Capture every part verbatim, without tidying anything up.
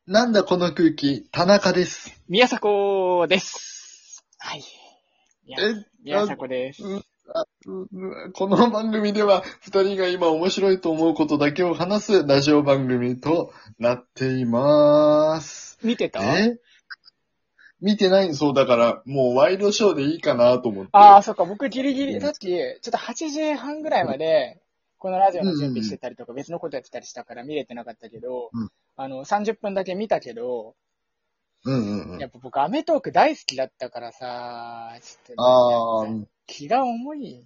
なんだこの空気、田中です。 宮迫です。はい。宮え、 宮迫です。 うんあうんこの番組では、二人が今面白いと思うことだけを話すラジオ番組となっています。 見てた？ え見てないんそうだから、もうワイドショーでいいかなと思って。 ああ、そっか、僕ギリギリ、 うんさっき、ちょっとはちじはんぐらいまで、このラジオの準備してうんたりとか、別のことやってたりしたから見れてなかったけど、 うんあの、さんじゅっぷんだけ見たけど、 うんうんうん。 やっぱ僕アメトーク大好きだったからさ、ちょっと、 ああ、 気が重い。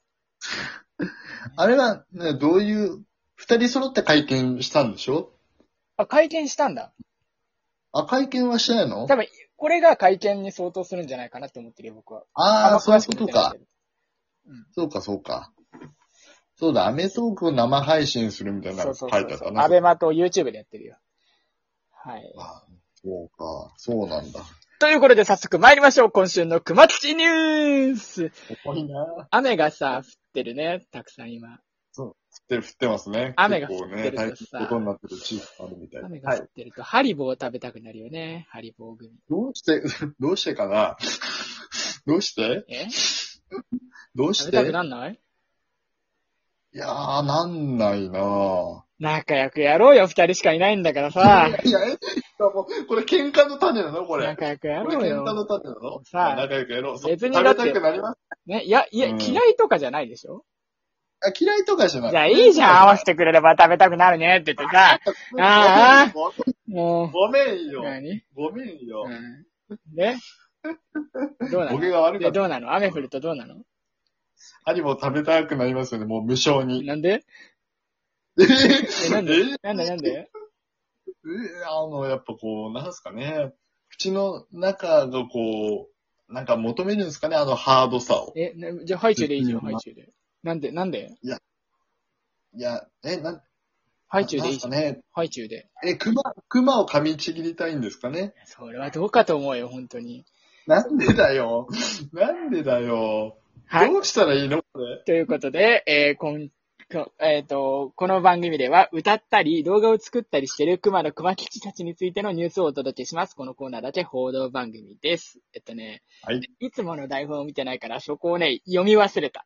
あれは、ね、どういう、二人揃って会見したんでしょ？ あ、会見したんだ。 あ、会見はしてないの？ 多分、これが会見に相当するんじゃないかなって思ってるよ、僕は。 ああ、そういう詳しことかく見てないけ。ど。うん。 そうか、そうか。そうだ、アメトークを生配信するみたいなのそうそう書いてあったな。 そうそう。アベマと YouTube でやってるよ。はい。 あそうか、そうなんだ。 ということで早速参りましょう。今週の熊吉ニュース。 重いな。 雨がさ、降ってるね。たくさん今。 そう、降ってる、降ってますね。 雨が降結構ね、 ってると大変なさ、 ことになってる地域もあるみたいで。 雨が降ってると、ハリボーを食べたくなるよね。ハリボー組。 どうして、どうしてかなどうしてえどうして食べたくなんない？ いやー、なんないなぁ。 仲良くやろうよ。二人しかいないんだからさ。 いや、えもうこれ喧嘩の種なのこれ。 仲良くやこれろうよ。 喧嘩の種なのさあ仲良くやろう。そう別に食べだってたくなりますね、いや、いや、 うん嫌いとかじゃないでしょ？ あ、嫌いとかじゃない。 じゃあいいじゃん。合わせてくれれば食べたくなるねって言ってさ。ああごもう。 ごめんよ。 何？ ごめんよ。 うん。でどうなの？ ボケが悪かで、 った。 どうなの？雨降るとどうなの？ ハリボー食べたくなりますよね、もう無償に。 なんで？ ええ、なんで？ えなんでなんで？ えあの、やっぱこう、なんすかね。口の中がこう、なんか求めるんですかね、あのハードさを。 え、なじゃあハイチュウでいいじゃん、 うんハイチュウで。なんでなんでいや、え、なん、 ハイチュウでいいじゃん。 なんすかね。 ハイチュウで。 え、熊、熊を噛みちぎりたいんですかね。 それはどうかと思うよ、本当に。 なんでだよ。なんでだよ。 はい。 どうしたらいいのこれ。 ということで、えー、こん、こえっ、と、この番組では歌ったり動画を作ったりしている熊の熊吉たちについてのニュースをお届けします。このコーナーだけ報道番組です。えっとね、 はい。 いつもの台本を見てないからそこをね、読み忘れた。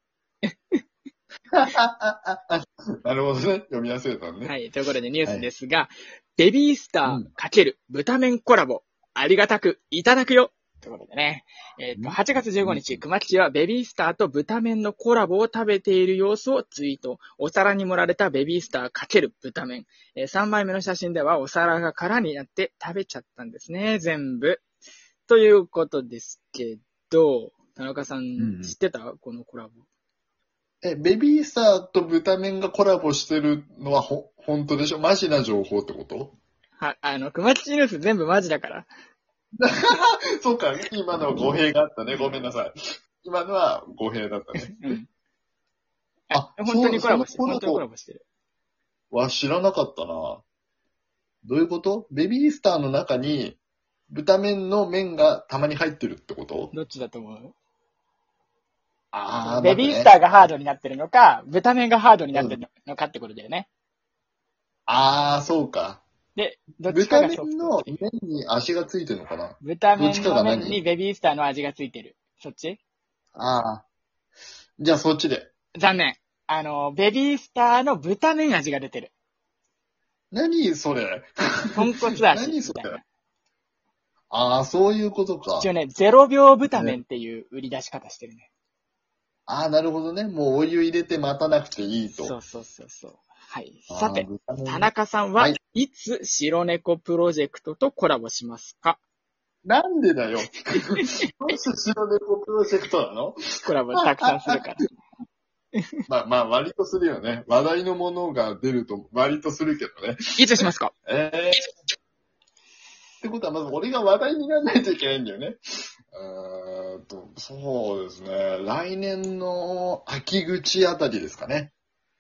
なるほどね。読み忘れたのね。 はい。ということでニュースですが、はい、ベビースター×豚麺コラボ、ありがたくいただくよということでね。えっ、ー、と、はちがつじゅうごにち、熊吉はベビースターと豚麺のコラボを食べている様子をツイート。お皿に盛られたベビースター×豚麺。えー、さんまいめの写真ではお皿が空になって食べちゃったんですね。全部。ということですけど、田中さん知ってた、うん、このコラボ。 え、ベビースターと豚麺がコラボしてるのはほ、本当でしょ？マジな情報ってこと？ は、あの、熊吉ニュース全部マジだから。 そうか、今のは語弊があったね。ごめんなさい。今のは語弊だったね。 うん。あ、本当にコラボしてる。本当にコラボしてる。 わ、知らなかったな。どういうこと？ベビースターの中に豚麺の麺がたまに入ってるってこと？ どっちだと思う？ ああ、 ベビースターがハードになってるのか、豚麺がハードになってるのかってことだよね。 うん、ああ、そうか。 で、どっちかがソフト。 豚麺の麺に味がついてるのかな？ 豚麺の麺にベビースターの味がついてる。そっち？ ああ。じゃあそっちで。 残念。あの、ベビースターの豚麺味が出てる。 何それ？ 豚骨味みたいな。 何それ？ああ、そういうことか。 一応ね、ゼロびょう豚麺っていう売り出し方してるね。 ああ、なるほどね。もうお湯入れて待たなくていいと。 そうそうそうそう。はい。さて、田中さんは、はい、いつ白猫プロジェクトとコラボしますか？ なんでだよ。どうして白猫プロジェクトなの？ コラボたくさんするから。 まあまあ、割とするよね。話題のものが出ると割とするけどね。 いつしますか？ ええー。ってことは、まず俺が話題にならないといけないんだよね。えーと、そうですね。来年の秋口あたりですかね。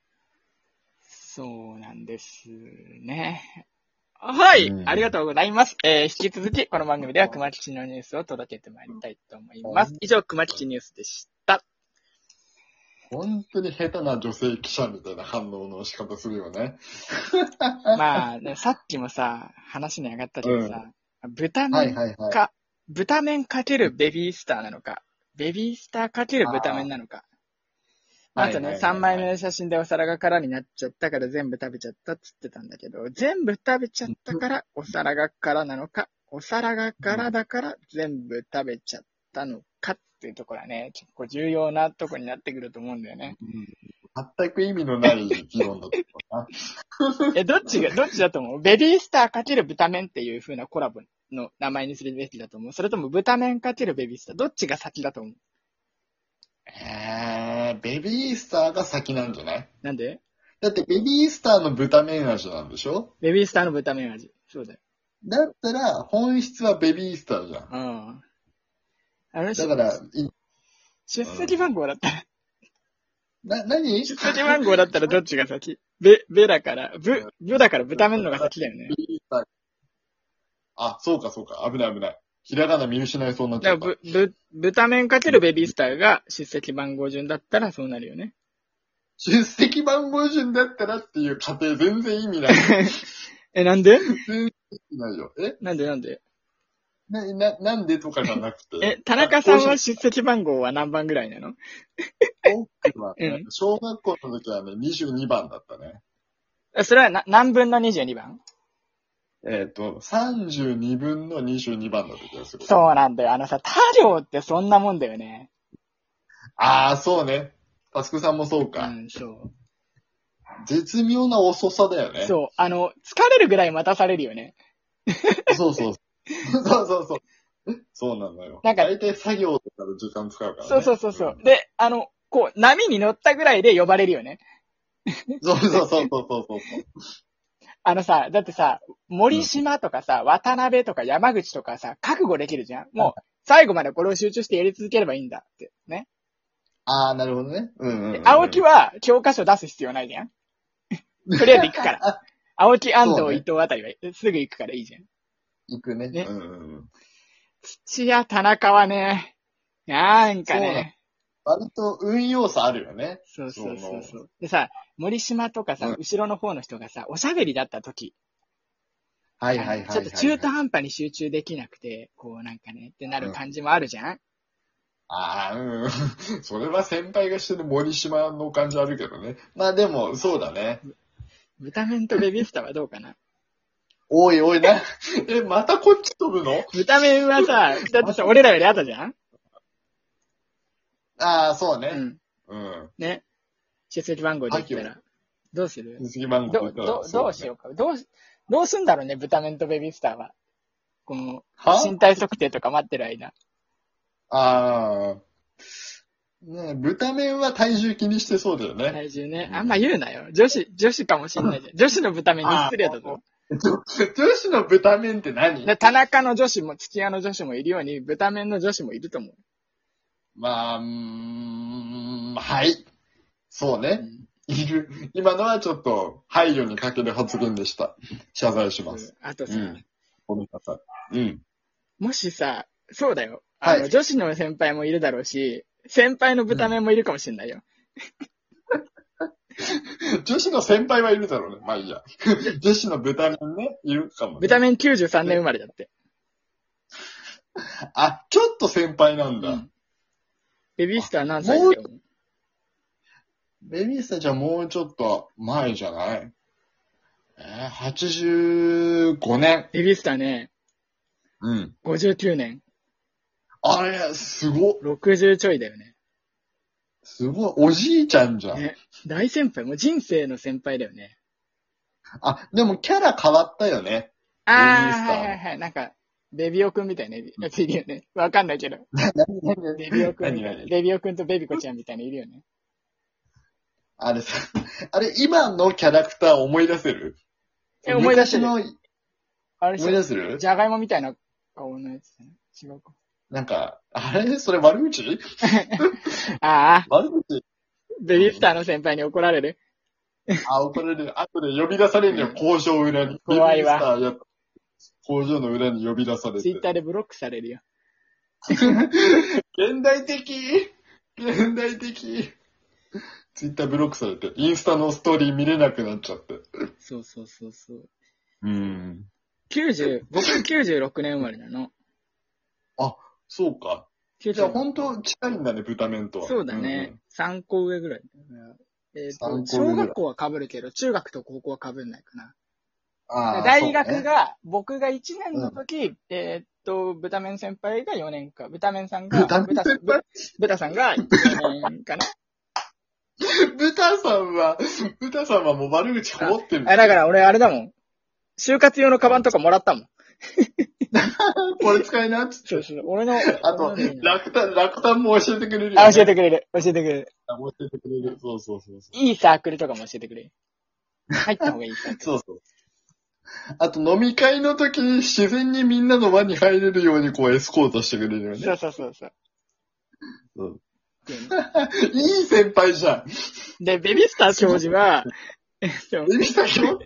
そうなんですね。はい、うん、ありがとうございます。えー、引き続き、この番組では熊吉のニュースを届けてまいりたいと思います。以上、熊吉ニュースでした。 本当に下手な女性記者みたいな反応の仕方するよね。 まあ、ね、さっきもさ、話に上がったけどさ、豚麺か、 はいはいはい。 豚麺かけるベビースターなのか、ベビースターかける豚麺なのか。あとね、 はいはいはいはいさんまいめの写真でお皿が空になっちゃったから全部食べちゃったっつってたんだけど、全部食べちゃったからお皿が空なのか、お皿が空だから全部食べちゃったのかっていうところはね、結構重要なとこになってくると思うんだよね。 全く意味のない議論だったな。 え、どっちが、どっちだと思う？ベビースターかける豚麺っていう風なコラボの名前にするべきだと思う？それとも豚麺かけるベビースター？どっちが先だと思う？ えー、ベビースターが先なんじゃない？ なんで？ だってベビースターの豚麺味なんでしょ？ ベビースターの豚麺味。そうだよ。 だったら、本質はベビースターじゃん。 うん。あの、 だから、い出席番号だったら、 な、何？ 出席番号だったらどっちが先？ベ、ベだから、ブ、ブだから豚麺のが先だよね。 ベビースター。あ、そうかそうか。危ない危ない。ひらがな見失いそうになっちゃった。 だからぶ、ぶ、豚麺かけるベビースターが出席番号順だったらそうなるよね。 出席番号順だったらっていう過程全然意味ない。 え、なんで？ 全然意味ないよ。えなんでなんで？ な、な、なんでとかじゃなくて。 え、田中さんは出席番号は何番ぐらいなの？ 僕はね、 うん小学校の時はね、にじゅうにばんだったね。 えそれはな何分のにじゅうにばん？ えっ、と、さんじゅうにぶんのにじゅうにばんだった気がする。 そうなんだよ。あのさ、他行ってそんなもんだよね。 ああ、そうね。タスクさんもそううか。 ん、そう。 絶妙な遅さだよね。 そう。あの、疲れるぐらい待たされるよね。 そうそう。そうそうそう。そうなのよ。 なんか大体作業とかで時間使うからね。 そうそうそうそう。で、あの、こう、波に乗ったぐらいで呼ばれるよね。 そうそうそうそうそうそう。 あのさ、だってさ、森島とかさ、渡辺とか山口とかさ、覚悟できるじゃん。もう、最後までこれを集中してやり続ければいいんだって。ね。 ああ、なるほどね。うんうん、うん。 青木は教科書出す必要ないじゃん。とりあえず行くから。青木、安藤、 そうね伊藤あたりはすぐ行くからいいじゃん。 行くね。 ねうんうんうん。 土屋、田中はね、なんかね。 割と運用差あるよね。 そうそうそうそう。でさ、森島とかさ、 うん後ろの方の人がさ、おしゃべりだった時。 はいはいはいはい、はい。 ちょっと中途半端に集中できなくて、こうなんかね、ってなる感じもあるじゃん、 ああ、うん。それは先輩がしてる森島の感じあるけどね。まあでも、そうだね。 豚麺とベビースターはどうかな？ おいおいな。え、またこっち飛ぶの？ 豚麺はさ、だってさ、俺らより後じゃん。 ああ、そうね。 うん。 うん。 ね。出席番号で言ったら。どうする？ 次番号ど、ど、どうしようか。どう、どうすんだろうね、豚麺とベビースターは。この、 は身体測定とか待ってる間。 ああ。ね豚麺は体重気にしてそうだよね。 体重ね。あんま言うなよ。女子、女子かもしんないじゃん。女子の豚麺に失礼だぞ。 女子の豚麺って何？ で、田中の女子も、土屋の女子もいるように、豚麺の女子もいると思う。 まあ、うーん、はい。そうね。 うんいる。今のはちょっと配慮に欠ける発言でした。謝罪します。 あとさ、 うんごめんなさい。うん。 もしさ、そうだよ。あの、 はい女子の先輩もいるだろうし、先輩の豚麺もいるかもしんないよ。 女子の先輩はいるだろうね。まあいいや。女子の豚麺ね、いるかも、ね。 豚麺きゅうじゅうさんねん生まれだって。 あ、ちょっと先輩なんだ。 うんベビースター何歳だよ。 ベビースターじゃもうちょっと前じゃないえー、はちじゅうごねん。 ベビースターね、 うん。 ごじゅうきゅうねん。 あれ、すご、 ろくじゅうちょいだよね。 すごい、おじいちゃんじゃん。 ね。大先輩、もう人生の先輩だよね。 あ、でもキャラ変わったよね。 ああ、 ベビースターはいはいはい。なんか、ベビオくんみたいなやついるよね。わかんないけど。ベビオくん。 何何ベビオくんとベビコちゃんみたいなのいるよね。 あれさ、あれ、今のキャラクター思い出せる？ え、思い出せる。 昔の、 あれ思い出せる？ じゃがいもみたいな顔のやつだね。違うか。 なんか、あれそれ悪口？ ああ、 悪口？ ベビースターの先輩に怒られる。 あ、怒られる。後で呼び出されるよ、工場裏に。 怖いわベビースターや工場の裏に呼び出されて。 ツイッターでブロックされるよ。 現代的現代的ツイッターブロックされて、インスタのストーリー見れなくなっちゃって。 そうそうそうそう。 うん。 きゅうじゅう、僕きゅうじゅうろくねん生まれなの。 あ、そうか。じゃあ本当近いんだね、豚麺とは。 そうだね。うんうん、さんこ上ぐらい。えっ、ー、と、小学校は被るけど、中学と高校は被んないかな。ああ。大学が、ね、僕がいちねんの時、うん、えっと、豚麺先輩がよねんか。豚麺さんが、 豚豚さん、豚さんがよねんかな。 豚さんは、豚さんはもう悪口放ってる。 あ、だから俺あれだもん。就活用のカバンとかもらったもん。 これ使いなっつって。 そうそう。俺の。 あと、楽単、楽単も教えてくれるよ、ね。 あ、教えてくれる。教えてくれる。 あ、教えてくれる。そうそうそうそう。 いいサークルとかも教えてくれる。入った方がいいサークル。 そうそう。あと飲み会の時に自然にみんなの輪に入れるようにこうエスコートしてくれるよね。 そうそうそうそう。 うん、いい先輩じゃん。 で、ベビースター教授は、 ベビースター教授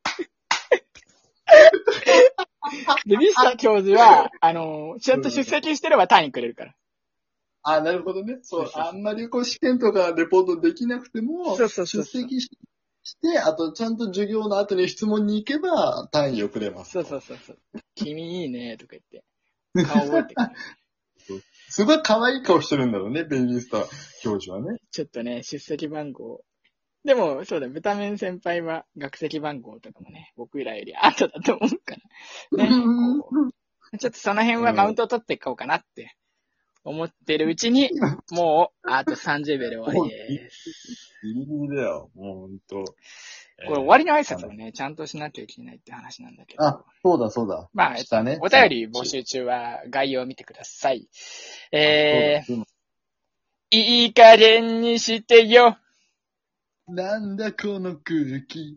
ベビースター教授は、あの、ちゃんと出席してれば単位くれるから。 あ、なるほどね。そう、そうそうあんまりこう試験とかレポートできなくても、 そうそうそう出席して、あとちゃんと授業の後に質問に行けば単位をくれます。 そうそうそうそう。君いいね、とか言って。顔覚えてくる。 すごい可愛い顔してるんだろうね、ベビースター教授はね。 ちょっとね、出席番号。でも、そうだ、豚麺先輩は学籍番号とかもね、僕らより後だと思うから。ね。ちょっとその辺はマウントを取っていこうかなって思ってるうちに、もう、あとさんじゅうびょうで終わりです。 ギリギリだよ、もうほんと。 これ終わりの挨拶をね、ちゃんとしなきゃいけないって話なんだけど。 あ、そうだそうだ。 まあ、したね、お便り募集中は概要を見てください。えー、いい加減にしてよ。 なんだこの空気。